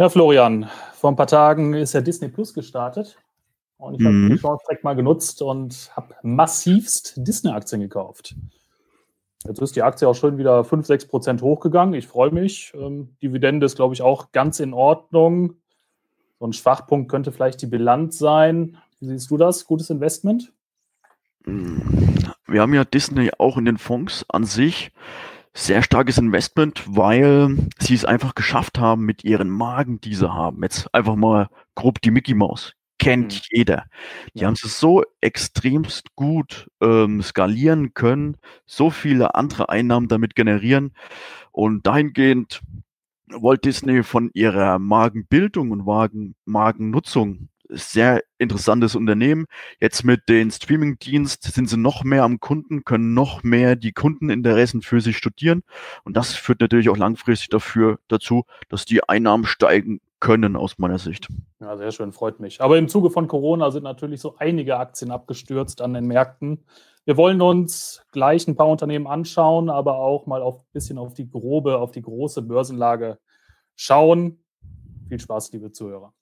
Ja, Florian, vor ein paar Tagen ist ja Disney Plus gestartet und ich habe die Chance direkt mal genutzt und habe massivst Disney-Aktien gekauft. Jetzt ist die Aktie auch schon wieder 5-6% hochgegangen. Ich freue mich. Dividende ist, glaube ich, auch ganz in Ordnung. So ein Schwachpunkt könnte vielleicht die Bilanz sein. Wie siehst du das? Gutes Investment? Wir haben ja Disney auch in den Fonds an sich. Sehr starkes Investment, weil sie es einfach geschafft haben mit ihren Marken, die sie haben. Jetzt einfach mal grob die Mickey Mouse. Kennt jeder. Die haben es so extremst gut skalieren können, so viele andere Einnahmen damit generieren. Und dahingehend Walt Disney von ihrer Markenbildung und Markennutzung sehr interessantes Unternehmen. Jetzt mit den Streaming-Dienst sind sie noch mehr am Kunden, können noch mehr die Kundeninteressen für sich studieren. Und das führt natürlich auch langfristig dazu, dass die Einnahmen steigen können, aus meiner Sicht. Ja, sehr schön, freut mich. Aber im Zuge von Corona sind natürlich so einige Aktien abgestürzt an den Märkten. Wir wollen uns gleich ein paar Unternehmen anschauen, aber auch mal ein bisschen auf die große Börsenlage schauen. Viel Spaß, liebe Zuhörer.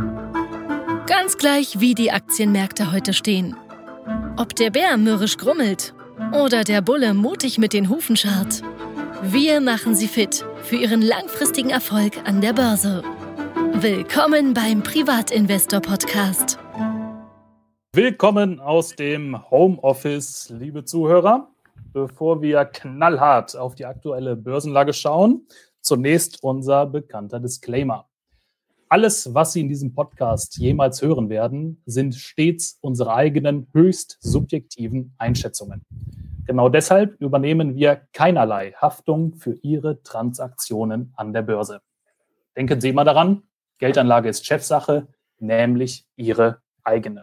Ganz gleich, wie die Aktienmärkte heute stehen. Ob der Bär mürrisch grummelt oder der Bulle mutig mit den Hufen scharrt. Wir machen Sie fit für Ihren langfristigen Erfolg an der Börse. Willkommen beim Privatinvestor-Podcast. Willkommen aus dem Homeoffice, liebe Zuhörer. Bevor wir knallhart auf die aktuelle Börsenlage schauen, zunächst unser bekannter Disclaimer. Alles, was Sie in diesem Podcast jemals hören werden, sind stets unsere eigenen, höchst subjektiven Einschätzungen. Genau deshalb übernehmen wir keinerlei Haftung für Ihre Transaktionen an der Börse. Denken Sie immer daran, Geldanlage ist Chefsache, nämlich Ihre eigene.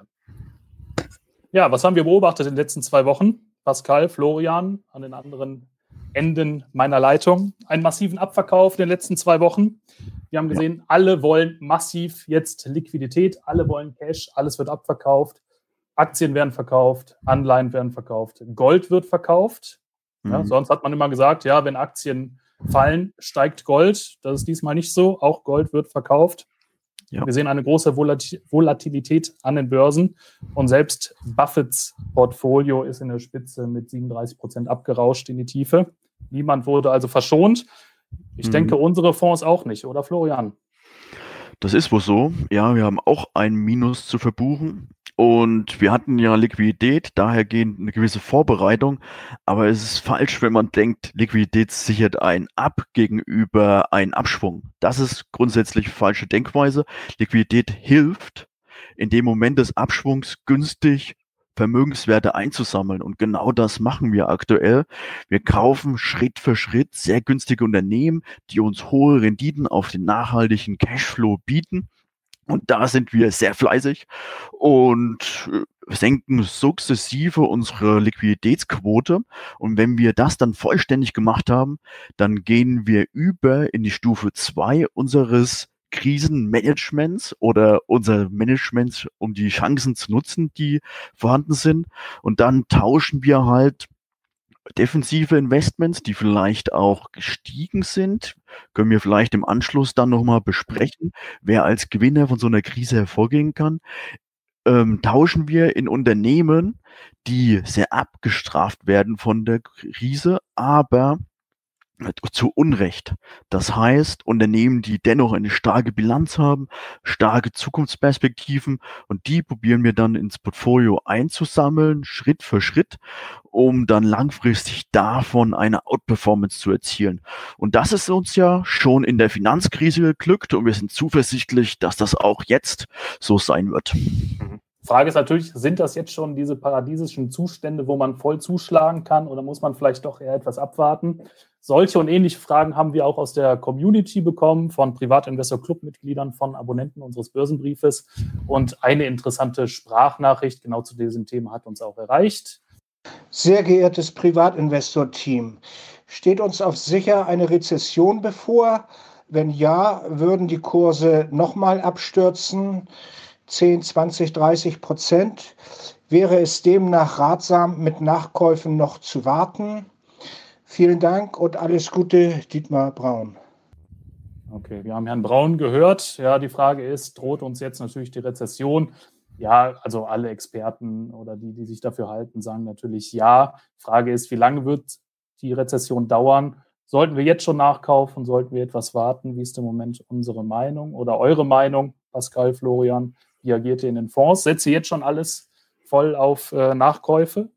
Ja, was haben wir beobachtet in den letzten 2 Wochen? Pascal, Florian, an den anderen Enden meiner Leitung. Einen massiven Abverkauf in den letzten 2 Wochen. Wir haben gesehen, alle wollen massiv jetzt Liquidität, alle wollen Cash, alles wird abverkauft. Aktien werden verkauft, Anleihen werden verkauft, Gold wird verkauft. Ja, sonst hat man immer gesagt, ja, wenn Aktien fallen, steigt Gold. Das ist diesmal nicht so. Auch Gold wird verkauft. Ja. Wir sehen eine große Volatilität an den Börsen. Und selbst Buffetts Portfolio ist in der Spitze mit 37% abgerauscht in die Tiefe. Niemand wurde also verschont. Ich denke, unsere Fonds auch nicht, oder Florian? Das ist wohl so. Ja, wir haben auch ein Minus zu verbuchen. Und wir hatten ja Liquidität, dahergehend eine gewisse Vorbereitung. Aber es ist falsch, wenn man denkt, Liquidität sichert einen ab gegenüber einem Abschwung. Das ist grundsätzlich falsche Denkweise. Liquidität hilft, in dem Moment des Abschwungs günstig Vermögenswerte einzusammeln. Und genau das machen wir aktuell. Wir kaufen Schritt für Schritt sehr günstige Unternehmen, die uns hohe Renditen auf den nachhaltigen Cashflow bieten. Und da sind wir sehr fleißig und senken sukzessive unsere Liquiditätsquote. Und wenn wir das dann vollständig gemacht haben, dann gehen wir über in die Stufe 2 unseres Krisenmanagements oder unser Management, um die Chancen zu nutzen, die vorhanden sind. Und dann tauschen wir halt defensive Investments, die vielleicht auch gestiegen sind, können wir vielleicht im Anschluss dann nochmal besprechen, wer als Gewinner von so einer Krise hervorgehen kann. Tauschen wir in Unternehmen, die sehr abgestraft werden von der Krise, aber zu Unrecht. Das heißt, Unternehmen, die dennoch eine starke Bilanz haben, starke Zukunftsperspektiven, und die probieren wir dann ins Portfolio einzusammeln, Schritt für Schritt, um dann langfristig davon eine Outperformance zu erzielen. Und das ist uns ja schon in der Finanzkrise geglückt und wir sind zuversichtlich, dass das auch jetzt so sein wird. Frage ist natürlich, sind das jetzt schon diese paradiesischen Zustände, wo man voll zuschlagen kann, oder muss man vielleicht doch eher etwas abwarten? Solche und ähnliche Fragen haben wir auch aus der Community bekommen, von Privatinvestor-Club-Mitgliedern, von Abonnenten unseres Börsenbriefes. Und eine interessante Sprachnachricht genau zu diesem Thema hat uns auch erreicht. Sehr geehrtes Privatinvestor-Team, steht uns auf sicher eine Rezession bevor? Wenn ja, würden die Kurse nochmal abstürzen? 10, 20, 30%. Wäre es demnach ratsam, mit Nachkäufen noch zu warten? Vielen Dank und alles Gute, Dietmar Braun. Okay, wir haben Herrn Braun gehört. Ja, die Frage ist, droht uns jetzt natürlich die Rezession? Ja, also alle Experten oder die sich dafür halten, sagen natürlich ja. Frage ist, wie lange wird die Rezession dauern? Sollten wir jetzt schon nachkaufen? Sollten wir etwas warten? Wie ist im Moment unsere Meinung oder eure Meinung, Pascal, Florian? Wie agiert ihr in den Fonds? Setzt ihr jetzt schon alles voll auf Nachkäufe?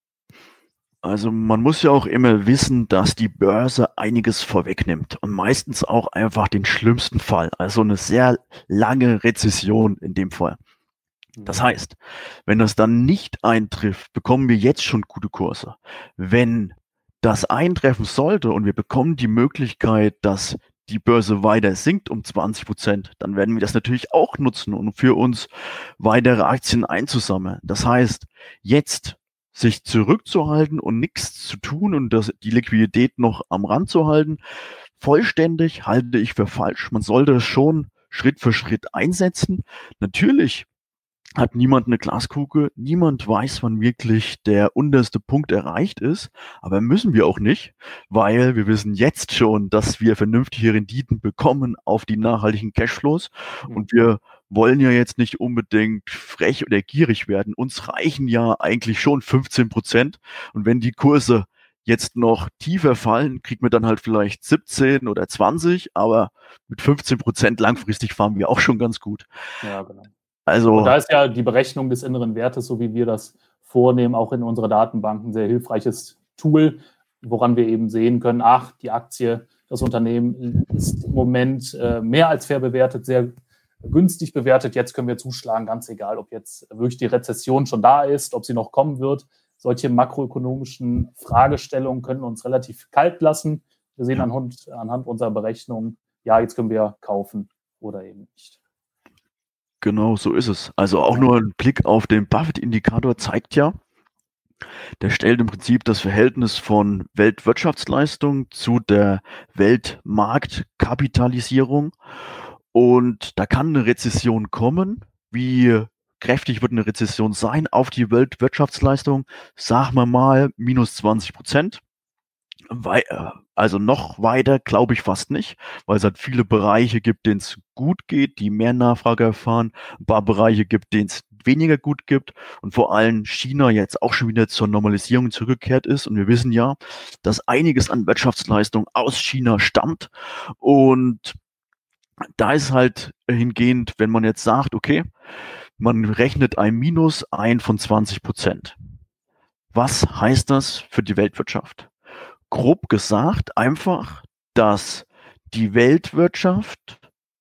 Also man muss ja auch immer wissen, dass die Börse einiges vorwegnimmt und meistens auch einfach den schlimmsten Fall, also eine sehr lange Rezession in dem Fall. Das heißt, wenn das dann nicht eintrifft, bekommen wir jetzt schon gute Kurse. Wenn das eintreffen sollte und wir bekommen die Möglichkeit, dass die Börse weiter sinkt um 20%, dann werden wir das natürlich auch nutzen, um für uns weitere Aktien einzusammeln. Das heißt, jetzt sich zurückzuhalten und nichts zu tun und die Liquidität noch am Rand zu halten, vollständig halte ich für falsch. Man sollte es schon Schritt für Schritt einsetzen. Natürlich hat niemand eine Glaskugel, niemand weiß, wann wirklich der unterste Punkt erreicht ist, aber müssen wir auch nicht, weil wir wissen jetzt schon, dass wir vernünftige Renditen bekommen auf die nachhaltigen Cashflows und wir wollen ja jetzt nicht unbedingt frech oder gierig werden. Uns reichen ja eigentlich schon 15% und wenn die Kurse jetzt noch tiefer fallen, kriegt man dann halt vielleicht 17 oder 20, aber mit 15% langfristig fahren wir auch schon ganz gut. Ja, genau. Also, und da ist ja die Berechnung des inneren Wertes, so wie wir das vornehmen, auch in unserer Datenbank ein sehr hilfreiches Tool, woran wir eben sehen können, die Aktie, das Unternehmen ist im Moment mehr als fair bewertet, sehr günstig bewertet. Jetzt können wir zuschlagen, ganz egal, ob jetzt wirklich die Rezession schon da ist, ob sie noch kommen wird. Solche makroökonomischen Fragestellungen können uns relativ kalt lassen. Wir sehen anhand unserer Berechnung, ja, jetzt können wir kaufen oder eben nicht. Genau, so ist es. Also auch nur ein Blick auf den Buffett-Indikator zeigt ja, der stellt im Prinzip das Verhältnis von Weltwirtschaftsleistung zu der Weltmarktkapitalisierung. Und da kann eine Rezession kommen. Wie kräftig wird eine Rezession sein auf die Weltwirtschaftsleistung? Sagen wir mal minus 20%. Also noch weiter glaube ich fast nicht, weil es halt viele Bereiche gibt, denen es gut geht, die mehr Nachfrage erfahren, ein paar Bereiche gibt, denen es weniger gut gibt und vor allem China jetzt auch schon wieder zur Normalisierung zurückgekehrt ist und wir wissen ja, dass einiges an Wirtschaftsleistung aus China stammt und da ist halt hingehend, wenn man jetzt sagt, okay, man rechnet ein Minus ein von 20%. Was heißt das für die Weltwirtschaft? Grob gesagt einfach, dass die Weltwirtschaft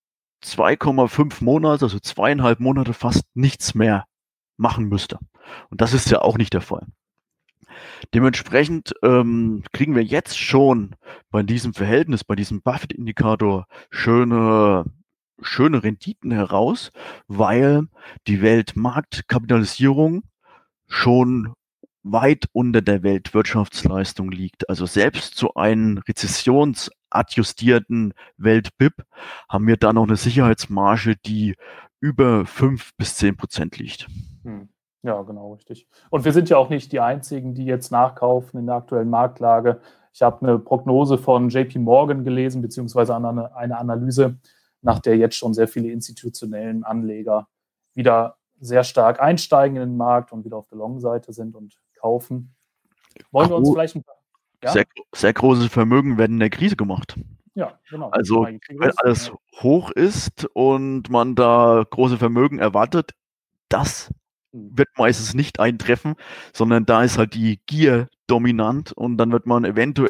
2,5 Monate, also 2,5 Monate fast nichts mehr machen müsste. Und das ist ja auch nicht der Fall. Dementsprechend kriegen wir jetzt schon bei diesem Verhältnis, bei diesem Buffett-Indikator schöne Renditen heraus, weil die Weltmarktkapitalisierung schon weit unter der Weltwirtschaftsleistung liegt. Also selbst zu einem rezessionsadjustierten Welt-BIP haben wir da noch eine Sicherheitsmarge, die über 5-10% liegt. Ja, genau, richtig. Und wir sind ja auch nicht die Einzigen, die jetzt nachkaufen in der aktuellen Marktlage. Ich habe eine Prognose von JP Morgan gelesen, beziehungsweise eine Analyse, nach der jetzt schon sehr viele institutionellen Anleger wieder sehr stark einsteigen in den Markt und wieder auf der Long-Seite sind und kaufen. Wollen wir uns vielleicht ein paar... Ja? Sehr große Vermögen werden in der Krise gemacht. Ja, genau. Also wenn alles hoch ist und man da große Vermögen erwartet, das wird meistens nicht eintreffen, sondern da ist halt die Gier dominant und dann wird man eventuell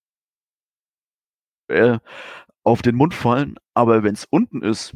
auf den Mund fallen. Aber wenn es unten ist,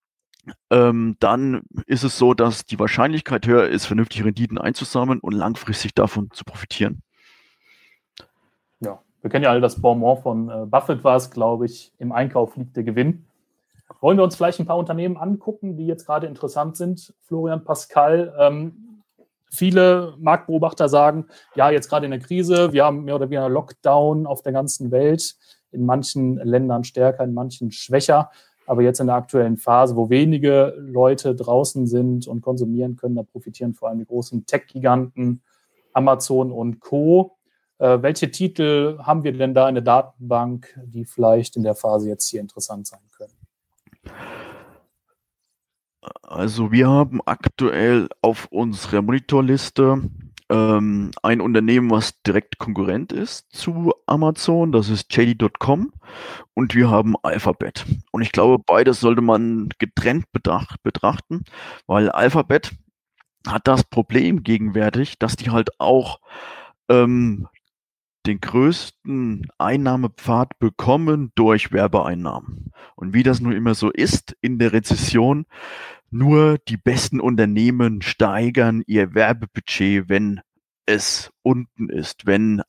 dann ist es so, dass die Wahrscheinlichkeit höher ist, vernünftige Renditen einzusammeln und langfristig davon zu profitieren. Ja, wir kennen ja alle das Bonmot von Buffett, war es, glaube ich, im Einkauf liegt der Gewinn. Wollen wir uns vielleicht ein paar Unternehmen angucken, die jetzt gerade interessant sind? Florian, Pascal, viele Marktbeobachter sagen, ja, jetzt gerade in der Krise, wir haben mehr oder weniger Lockdown auf der ganzen Welt, in manchen Ländern stärker, in manchen schwächer. Aber jetzt in der aktuellen Phase, wo wenige Leute draußen sind und konsumieren können, da profitieren vor allem die großen Tech-Giganten, Amazon und Co. Welche Titel haben wir denn da in der Datenbank, die vielleicht in der Phase jetzt hier interessant sein können? Also wir haben aktuell auf unserer Monitorliste ein Unternehmen, was direkt Konkurrent ist zu Amazon, das ist JD.com, und wir haben Alphabet. Und ich glaube, beides sollte man getrennt betrachten, weil Alphabet hat das Problem gegenwärtig, dass die halt auch den größten Einnahmepfad bekommen durch Werbeeinnahmen. Und wie das nun immer so ist in der Rezession, nur die besten Unternehmen steigern ihr Werbebudget, wenn es unten ist, wenn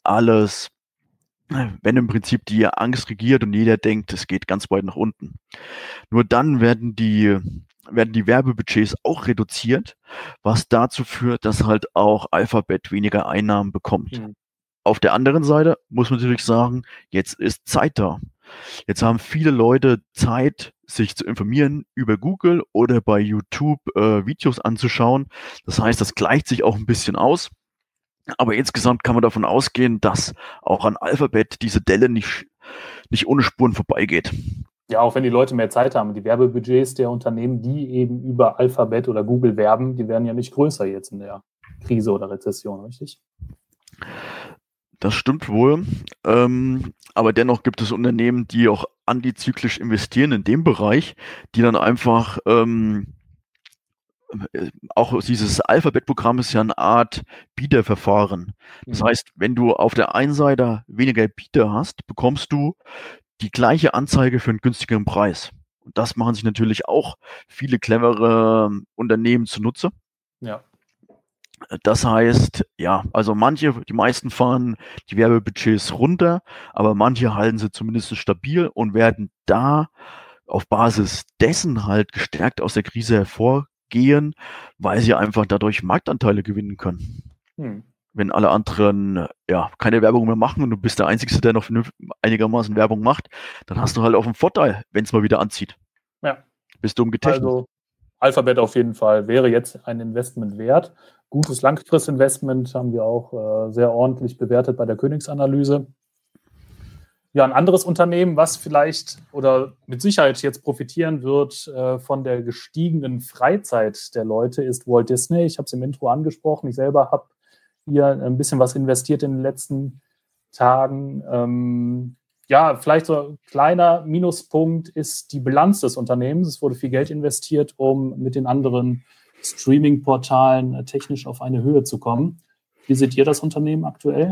im Prinzip die Angst regiert und jeder denkt, es geht ganz weit nach unten. Nur dann werden die Werbebudgets auch reduziert, was dazu führt, dass halt auch Alphabet weniger Einnahmen bekommt. Auf der anderen Seite muss man natürlich sagen, jetzt ist Zeit da. Jetzt haben viele Leute Zeit, sich zu informieren über Google oder bei YouTube Videos anzuschauen. Das heißt, das gleicht sich auch ein bisschen aus. Aber insgesamt kann man davon ausgehen, dass auch an Alphabet diese Delle nicht ohne Spuren vorbeigeht. Ja, auch wenn die Leute mehr Zeit haben. Die Werbebudgets der Unternehmen, die eben über Alphabet oder Google werben, die werden ja nicht größer jetzt in der Krise oder Rezession, richtig? Das stimmt wohl, aber dennoch gibt es Unternehmen, die auch antizyklisch investieren in dem Bereich, die dann einfach, auch dieses Alphabet-Programm ist ja eine Art Bieterverfahren. Das heißt, wenn du auf der einen Seite weniger Bieter hast, bekommst du die gleiche Anzeige für einen günstigeren Preis. Und das machen sich natürlich auch viele clevere Unternehmen zunutze. Ja. Das heißt, ja, also die meisten fahren die Werbebudgets runter, aber manche halten sie zumindest stabil und werden da auf Basis dessen halt gestärkt aus der Krise hervorgehen, weil sie einfach dadurch Marktanteile gewinnen können. Wenn alle anderen keine Werbung mehr machen und du bist der Einzige, der noch einigermaßen Werbung macht, dann hast du halt auch einen Vorteil, wenn es mal wieder anzieht. Ja. Bist du umgetechnet. Also Alphabet auf jeden Fall wäre jetzt ein Investment wert. Gutes Langfristinvestment haben wir auch sehr ordentlich bewertet bei der Königsanalyse. Ja, ein anderes Unternehmen, was vielleicht oder mit Sicherheit jetzt profitieren wird von der gestiegenen Freizeit der Leute, ist Walt Disney. Ich habe es im Intro angesprochen. Ich selber habe hier ein bisschen was investiert in den letzten Tagen. Ja, vielleicht so ein kleiner Minuspunkt ist die Bilanz des Unternehmens. Es wurde viel Geld investiert, um mit den anderen Streaming-Portalen technisch auf eine Höhe zu kommen. Wie seht ihr das Unternehmen aktuell?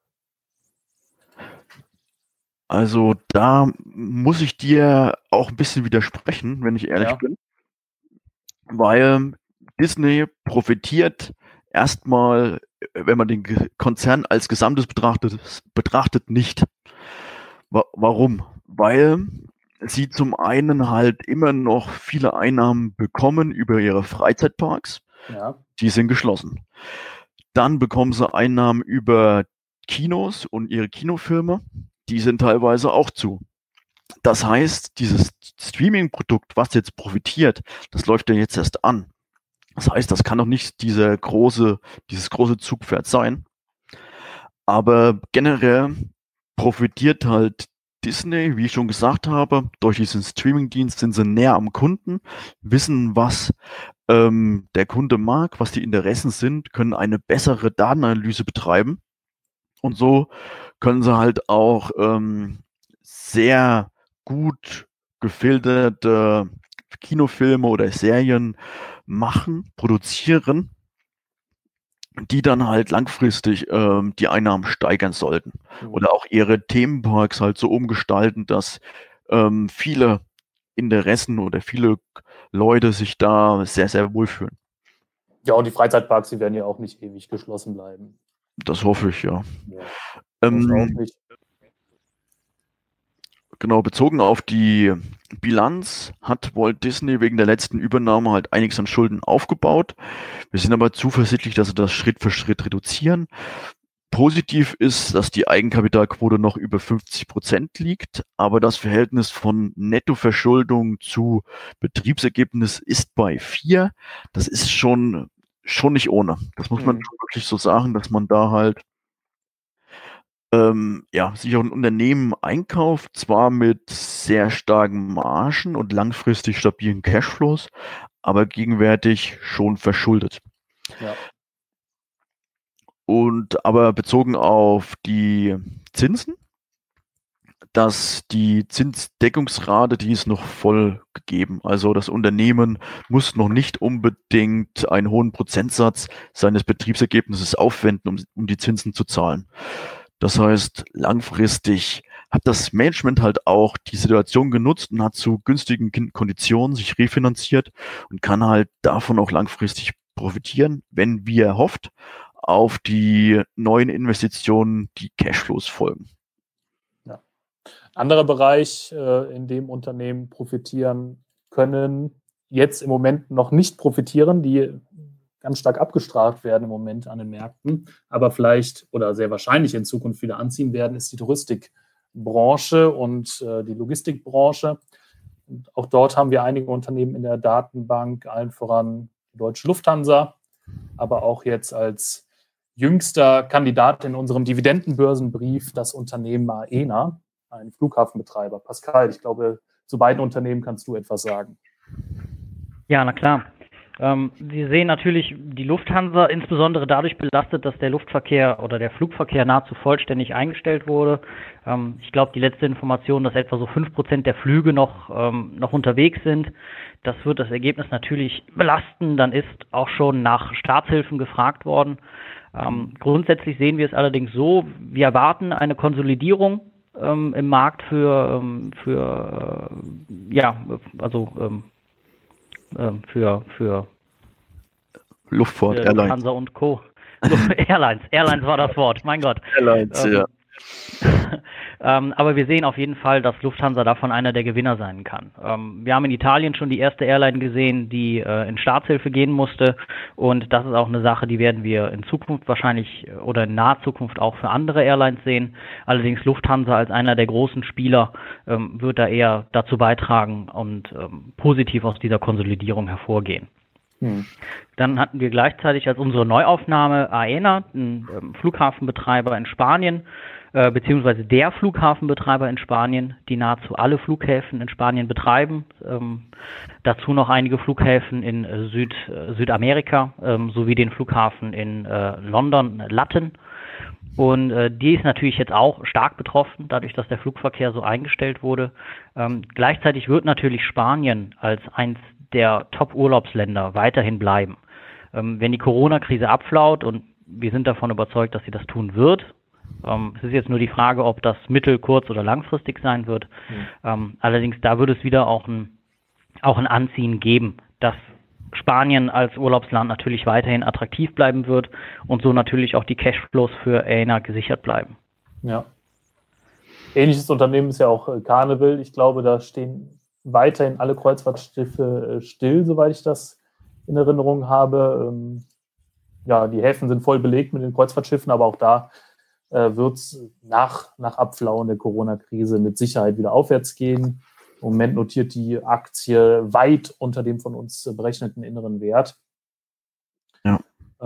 Also da muss ich dir auch ein bisschen widersprechen, wenn ich ehrlich bin, weil Disney profitiert erstmal, wenn man den Konzern als Gesamtes betrachtet nicht. Warum? Weil sie zum einen halt immer noch viele Einnahmen bekommen über ihre Freizeitparks. Ja. Die sind geschlossen. Dann bekommen sie Einnahmen über Kinos und ihre Kinofilme. Die sind teilweise auch zu. Das heißt, dieses Streaming-Produkt, was jetzt profitiert, das läuft ja jetzt erst an. Das heißt, das kann doch nicht dieses große Zugpferd sein. Aber generell profitiert halt Disney, wie ich schon gesagt habe, durch diesen Streaming-Dienst sind sie näher am Kunden, wissen, was der Kunde mag, was die Interessen sind, können eine bessere Datenanalyse betreiben und so können sie halt auch sehr gut gefilterte Kinofilme oder Serien machen, produzieren, die dann halt langfristig die Einnahmen steigern sollten. Oder auch ihre Themenparks halt so umgestalten, dass viele Interessen oder viele Leute sich da sehr, sehr wohlfühlen. Ja, und die Freizeitparks, die werden ja auch nicht ewig geschlossen bleiben. Das hoffe ich, ja. Genau, bezogen auf die Bilanz hat Walt Disney wegen der letzten Übernahme halt einiges an Schulden aufgebaut. Wir sind aber zuversichtlich, dass sie das Schritt für Schritt reduzieren. Positiv ist, dass die Eigenkapitalquote noch über 50% liegt, aber das Verhältnis von Nettoverschuldung zu Betriebsergebnis ist bei 4. Das ist schon nicht ohne. Das muss man wirklich so sagen, dass man da halt sich auch ein Unternehmen einkauft, zwar mit sehr starken Margen und langfristig stabilen Cashflows, aber gegenwärtig schon verschuldet. Ja. Und aber bezogen auf die Zinsen, dass die Zinsdeckungsrate, die ist noch voll gegeben. Also das Unternehmen muss noch nicht unbedingt einen hohen Prozentsatz seines Betriebsergebnisses aufwenden, um die Zinsen zu zahlen. Das heißt, langfristig hat das Management halt auch die Situation genutzt und hat zu günstigen Konditionen sich refinanziert und kann halt davon auch langfristig profitieren, wenn, wie erhofft, auf die neuen Investitionen die Cashflows folgen. Ja. Anderer Bereich, in dem Unternehmen profitieren können, jetzt im Moment noch nicht profitieren, die ganz stark abgestraft werden im Moment an den Märkten, aber vielleicht oder sehr wahrscheinlich in Zukunft wieder anziehen werden, ist die Touristikbranche und die Logistikbranche. Und auch dort haben wir einige Unternehmen in der Datenbank, allen voran die Deutsche Lufthansa, aber auch jetzt als jüngster Kandidat in unserem Dividendenbörsenbrief das Unternehmen Aena, ein Flughafenbetreiber. Pascal, ich glaube, zu beiden Unternehmen kannst du etwas sagen. Ja, na klar. Sie sehen natürlich die Lufthansa insbesondere dadurch belastet, dass der Luftverkehr oder der Flugverkehr nahezu vollständig eingestellt wurde. Ich glaube, die letzte Information, dass etwa so 5% der Flüge noch unterwegs sind, das wird das Ergebnis natürlich belasten. Dann ist auch schon nach Staatshilfen gefragt worden. Grundsätzlich sehen wir es allerdings so, wir erwarten eine Konsolidierung im Markt für Luftfahrt, für Airlines. Lufthansa und Co. Airlines war das Wort, mein Gott. Airlines, ja. Aber wir sehen auf jeden Fall, dass Lufthansa davon einer der Gewinner sein kann. Wir haben in Italien schon die erste Airline gesehen, die in Staatshilfe gehen musste, und das ist auch eine Sache, die werden wir in Zukunft wahrscheinlich oder in naher Zukunft auch für andere Airlines sehen. Allerdings Lufthansa als einer der großen Spieler wird da eher dazu beitragen und positiv aus dieser Konsolidierung hervorgehen. Dann hatten wir gleichzeitig als unsere Neuaufnahme Aena, einen Flughafenbetreiber in Spanien, beziehungsweise der Flughafenbetreiber in Spanien, die nahezu alle Flughäfen in Spanien betreiben. Dazu noch einige Flughäfen in Südamerika, sowie den Flughafen in London, Luton. Und die ist natürlich jetzt auch stark betroffen, dadurch, dass der Flugverkehr so eingestellt wurde. Gleichzeitig wird natürlich Spanien als eins der Top-Urlaubsländer weiterhin bleiben. Wenn die Corona-Krise abflaut, und wir sind davon überzeugt, dass sie das tun wird, es ist jetzt nur die Frage, ob das mittel-, kurz- oder langfristig sein wird. Allerdings da wird es wieder auch ein Anziehen geben, dass Spanien als Urlaubsland natürlich weiterhin attraktiv bleiben wird und so natürlich auch die Cashflows für Aena gesichert bleiben. Ja. Ähnliches Unternehmen ist ja auch Carnival. Ich glaube, da stehen weiterhin alle Kreuzfahrtschiffe still, soweit ich das in Erinnerung habe. Die Häfen sind voll belegt mit den Kreuzfahrtschiffen, aber auch da wird es nach Abflauen der Corona-Krise mit Sicherheit wieder aufwärts gehen. Im Moment notiert die Aktie weit unter dem von uns berechneten inneren Wert. Ja.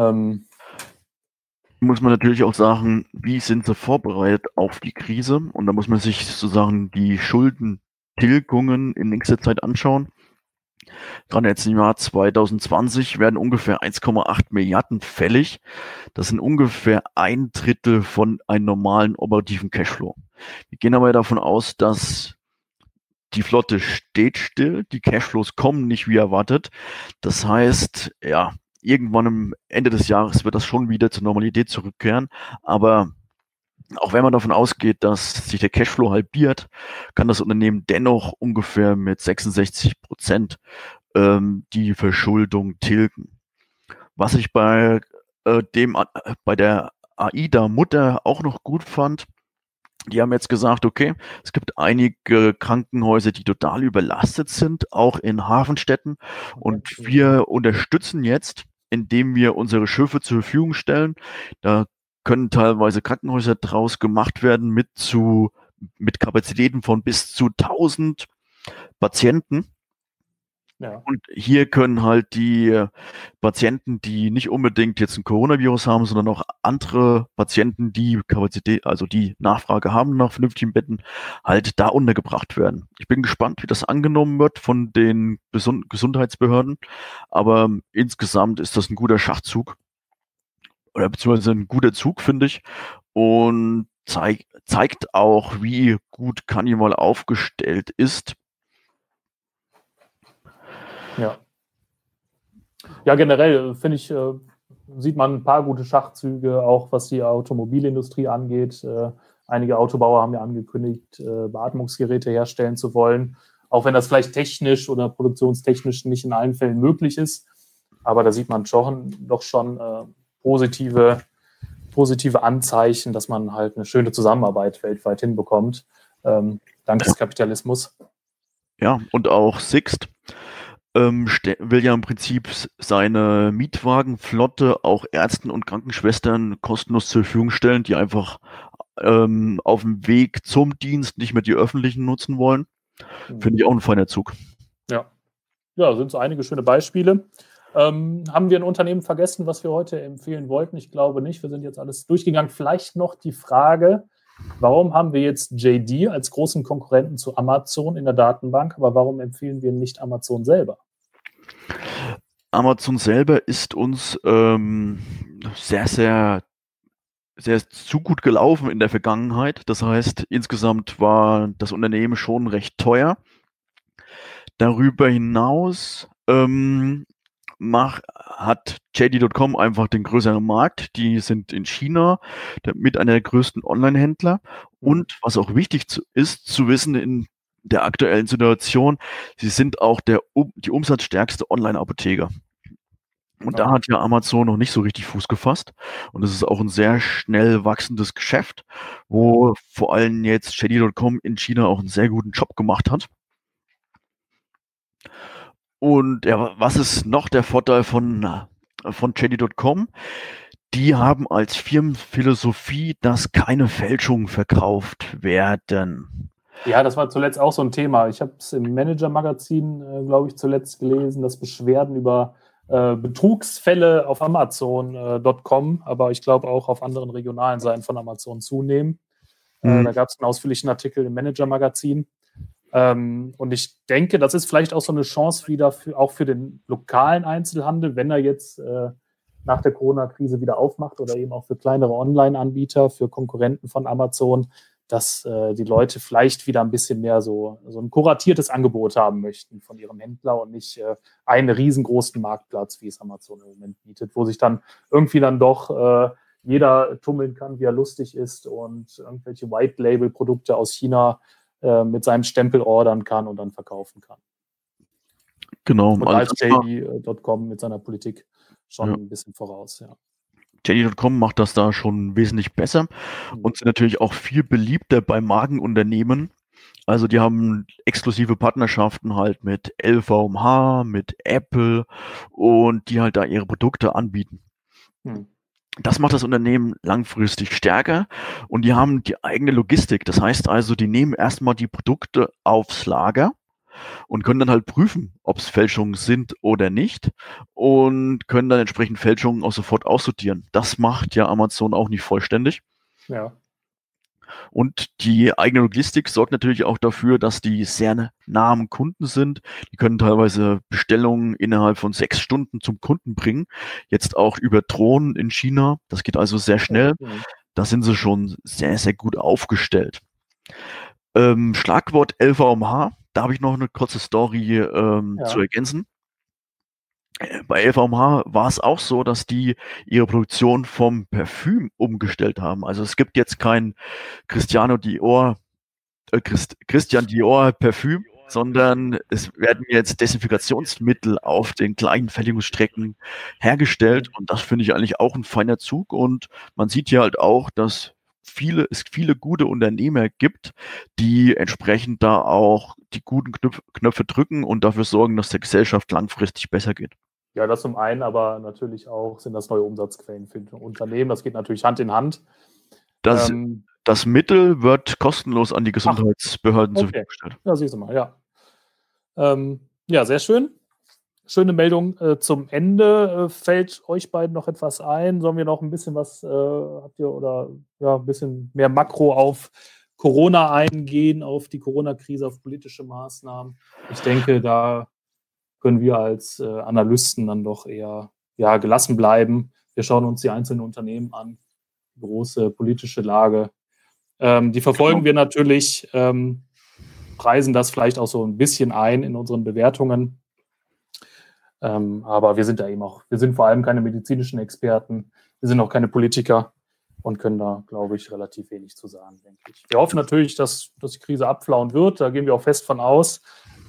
Muss man natürlich auch sagen, wie sind sie vorbereitet auf die Krise? Und da muss man sich sozusagen die Schuldentilgungen in nächster Zeit anschauen. Gerade jetzt im Jahr 2020 werden ungefähr 1,8 Milliarden fällig. Das sind ungefähr 1/3 von einem normalen operativen Cashflow. Wir gehen aber davon aus, dass die Flotte steht still, die Cashflows kommen nicht wie erwartet. Das heißt, ja, irgendwann am Ende des Jahres wird das schon wieder zur Normalität zurückkehren. Aber auch wenn man davon ausgeht, dass sich der Cashflow halbiert, kann das Unternehmen dennoch ungefähr mit 66% die Verschuldung tilgen. Was ich bei der AIDA-Mutter auch noch gut fand, die haben jetzt gesagt, okay, es gibt einige Krankenhäuser, die total überlastet sind, auch in Hafenstädten. Und wir unterstützen jetzt, indem wir unsere Schiffe zur Verfügung stellen. Da können teilweise Krankenhäuser draus gemacht werden mit Kapazitäten von bis zu 1000 Patienten. Ja. Und hier können halt die Patienten, die nicht unbedingt jetzt ein Coronavirus haben, sondern auch andere Patienten, die Kapazität, also die Nachfrage haben nach vernünftigen Betten, halt da untergebracht werden. Ich bin gespannt, wie das angenommen wird von den Gesundheitsbehörden, aber insgesamt ist das ein guter Schachzug oder beziehungsweise ein guter Zug, finde ich, und zeigt auch, wie gut Carnival aufgestellt ist. Ja, generell finde ich, sieht man ein paar gute Schachzüge, auch was die Automobilindustrie angeht. Einige Autobauer haben ja angekündigt, Beatmungsgeräte herstellen zu wollen, auch wenn das vielleicht technisch oder produktionstechnisch nicht in allen Fällen möglich ist. Aber da sieht man doch schon positive Anzeichen, dass man halt eine schöne Zusammenarbeit weltweit hinbekommt, dank des Kapitalismus. Ja, und auch Sixt will ja im Prinzip seine Mietwagenflotte auch Ärzten und Krankenschwestern kostenlos zur Verfügung stellen, die einfach auf dem Weg zum Dienst nicht mehr die öffentlichen nutzen wollen. Finde ich auch ein feiner Zug. Ja, sind so einige schöne Beispiele. Haben wir ein Unternehmen vergessen, was wir heute empfehlen wollten? Ich glaube nicht. Wir sind jetzt alles durchgegangen. Vielleicht noch die Frage, warum haben wir jetzt JD als großen Konkurrenten zu Amazon in der Datenbank, aber warum empfehlen wir nicht Amazon selber? Amazon selber ist uns sehr zu gut gelaufen in der Vergangenheit. Das heißt, insgesamt war das Unternehmen schon recht teuer. Darüber hinaus hat JD.com einfach den größeren Markt. Die sind in China mit einer der größten Online-Händler. Und was auch wichtig ist zu wissen in der aktuellen Situation, sie sind auch die umsatzstärkste Online-Apotheker. Und da hat ja Amazon noch nicht so richtig Fuß gefasst. Und es ist auch ein sehr schnell wachsendes Geschäft, wo vor allem jetzt JD.com in China auch einen sehr guten Job gemacht hat. Und ja, was ist noch der Vorteil von JD.com? Die haben als Firmenphilosophie, dass keine Fälschungen verkauft werden. Ja, das war zuletzt auch so ein Thema. Ich habe es im Manager-Magazin, glaube ich, zuletzt gelesen, dass Beschwerden über Betrugsfälle auf Amazon.com, aber ich glaube auch auf anderen regionalen Seiten von Amazon zunehmen. Da gab es einen ausführlichen Artikel im Manager-Magazin. Und ich denke, das ist vielleicht auch so eine Chance wieder auch für den lokalen Einzelhandel, wenn er jetzt nach der Corona-Krise wieder aufmacht oder eben auch für kleinere Online-Anbieter, für Konkurrenten von Amazon, dass die Leute vielleicht wieder ein bisschen mehr so ein kuratiertes Angebot haben möchten von ihrem Händler und nicht einen riesengroßen Marktplatz, wie es Amazon im Moment bietet, wo sich dann irgendwie dann doch jeder tummeln kann, wie er lustig ist und irgendwelche White-Label-Produkte aus China mit seinem Stempel ordern kann und dann verkaufen kann. Genau. Und als JD.com mit seiner Politik schon ein bisschen voraus, ja. JD.com macht das da schon wesentlich besser und sind natürlich auch viel beliebter bei Markenunternehmen. Also die haben exklusive Partnerschaften halt mit LVMH, mit Apple und die halt da ihre Produkte anbieten. Das macht das Unternehmen langfristig stärker und die haben die eigene Logistik. Das heißt also, die nehmen erstmal die Produkte aufs Lager und können dann halt prüfen, ob es Fälschungen sind oder nicht und können dann entsprechend Fälschungen auch sofort aussortieren. Das macht ja Amazon auch nicht vollständig. Ja. Und die eigene Logistik sorgt natürlich auch dafür, dass die sehr nah am Kunden sind. Die können teilweise Bestellungen innerhalb von 6 Stunden zum Kunden bringen. Jetzt auch über Drohnen in China. Das geht also sehr schnell. Da sind sie schon sehr, sehr gut aufgestellt. Schlagwort LVMH. Da habe ich noch eine kurze Story zu ergänzen. Bei LVMH war es auch so, dass die ihre Produktion vom Parfüm umgestellt haben. Also es gibt jetzt kein Christian Dior Parfüm, sondern es werden jetzt Desinfektionsmittel auf den kleinen Fertigungsstrecken hergestellt. Und das finde ich eigentlich auch ein feiner Zug. Und man sieht hier halt auch, dass es viele gute Unternehmer gibt, die entsprechend da auch die guten Knöpfe drücken und dafür sorgen, dass der Gesellschaft langfristig besser geht. Ja, das zum einen, aber natürlich auch sind das neue Umsatzquellen für Unternehmen. Das geht natürlich Hand in Hand. Das Mittel wird kostenlos an die Gesundheitsbehörden zur Verfügung gestellt. Ja, siehst du mal, ja. Ja, sehr schön. schöne Meldung zum Ende. Fällt euch beiden noch etwas ein? Sollen wir noch ein bisschen was, habt ihr, oder ja, ein bisschen mehr Makro auf Corona eingehen, auf die Corona-Krise, auf politische Maßnahmen? Ich denke, da können wir als Analysten dann doch eher gelassen bleiben. Wir schauen uns die einzelnen Unternehmen an, die große politische Lage. Die verfolgen wir natürlich, preisen das vielleicht auch so ein bisschen ein in unseren Bewertungen. Aber wir sind da eben auch, wir sind vor allem keine medizinischen Experten, wir sind auch keine Politiker und können da, glaube ich, relativ wenig zu sagen, denke ich. Wir hoffen natürlich, dass die Krise abflauen wird, da gehen wir auch fest von aus.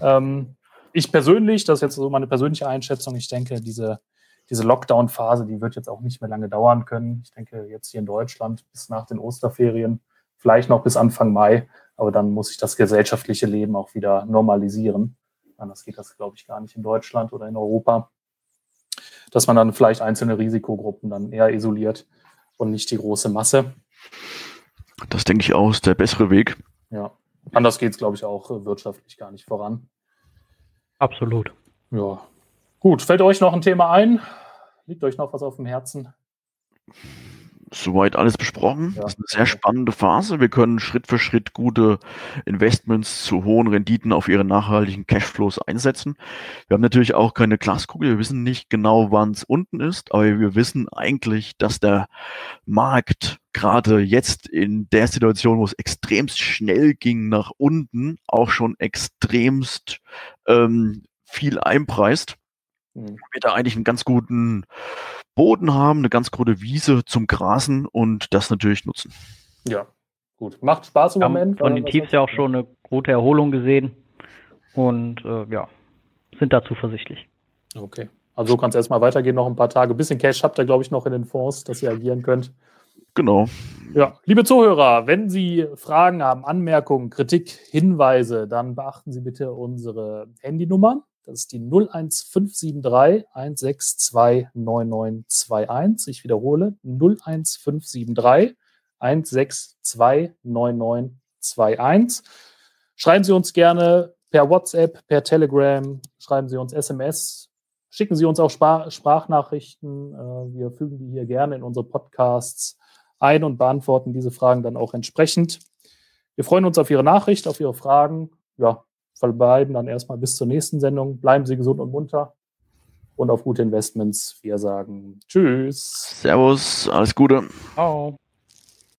Ich persönlich, das ist jetzt so meine persönliche Einschätzung, ich denke, diese Lockdown-Phase, die wird jetzt auch nicht mehr lange dauern können. Ich denke, jetzt hier in Deutschland bis nach den Osterferien, vielleicht noch bis Anfang Mai, aber dann muss sich das gesellschaftliche Leben auch wieder normalisieren. Anders geht das, glaube ich, gar nicht in Deutschland oder in Europa. Dass man dann vielleicht einzelne Risikogruppen dann eher isoliert und nicht die große Masse. Das denke ich auch, ist der bessere Weg. Ja, anders geht es, glaube ich, auch wirtschaftlich gar nicht voran. Absolut. Ja, gut. Fällt euch noch ein Thema ein? Liegt euch noch was auf dem Herzen? Soweit alles besprochen. Ja. Das ist eine sehr spannende Phase. Wir können Schritt für Schritt gute Investments zu hohen Renditen auf ihre nachhaltigen Cashflows einsetzen. Wir haben natürlich auch keine Glaskugel. Wir wissen nicht genau, wann es unten ist, aber wir wissen eigentlich, dass der Markt gerade jetzt in der Situation, wo es extremst schnell ging nach unten, auch schon extremst viel einpreist. Wir da eigentlich einen ganz guten Boden haben, eine ganz gute Wiese zum Grasen und das natürlich nutzen. Ja, gut. Macht Spaß im Moment. Von den Tiefs ja auch schon eine gute Erholung gesehen und sind da zuversichtlich. Okay. Also so kann es erstmal weitergehen, noch ein paar Tage. Ein bisschen Cash habt ihr, glaube ich, noch in den Fonds, dass ihr agieren könnt. Genau. Ja, liebe Zuhörer, wenn Sie Fragen haben, Anmerkungen, Kritik, Hinweise, dann beachten Sie bitte unsere Handynummer. Das ist die 01573 162 9921. Ich wiederhole, 01573 162 9921. Schreiben Sie uns gerne per WhatsApp, per Telegram, schreiben Sie uns SMS, schicken Sie uns auch Sprachnachrichten. Wir fügen die hier gerne in unsere Podcasts ein und beantworten diese Fragen dann auch entsprechend. Wir freuen uns auf Ihre Nachricht, auf Ihre Fragen. Ja, verbleiben dann erstmal bis zur nächsten Sendung. Bleiben Sie gesund und munter und auf gute Investments. Wir sagen Tschüss. Servus, alles Gute. Ciao.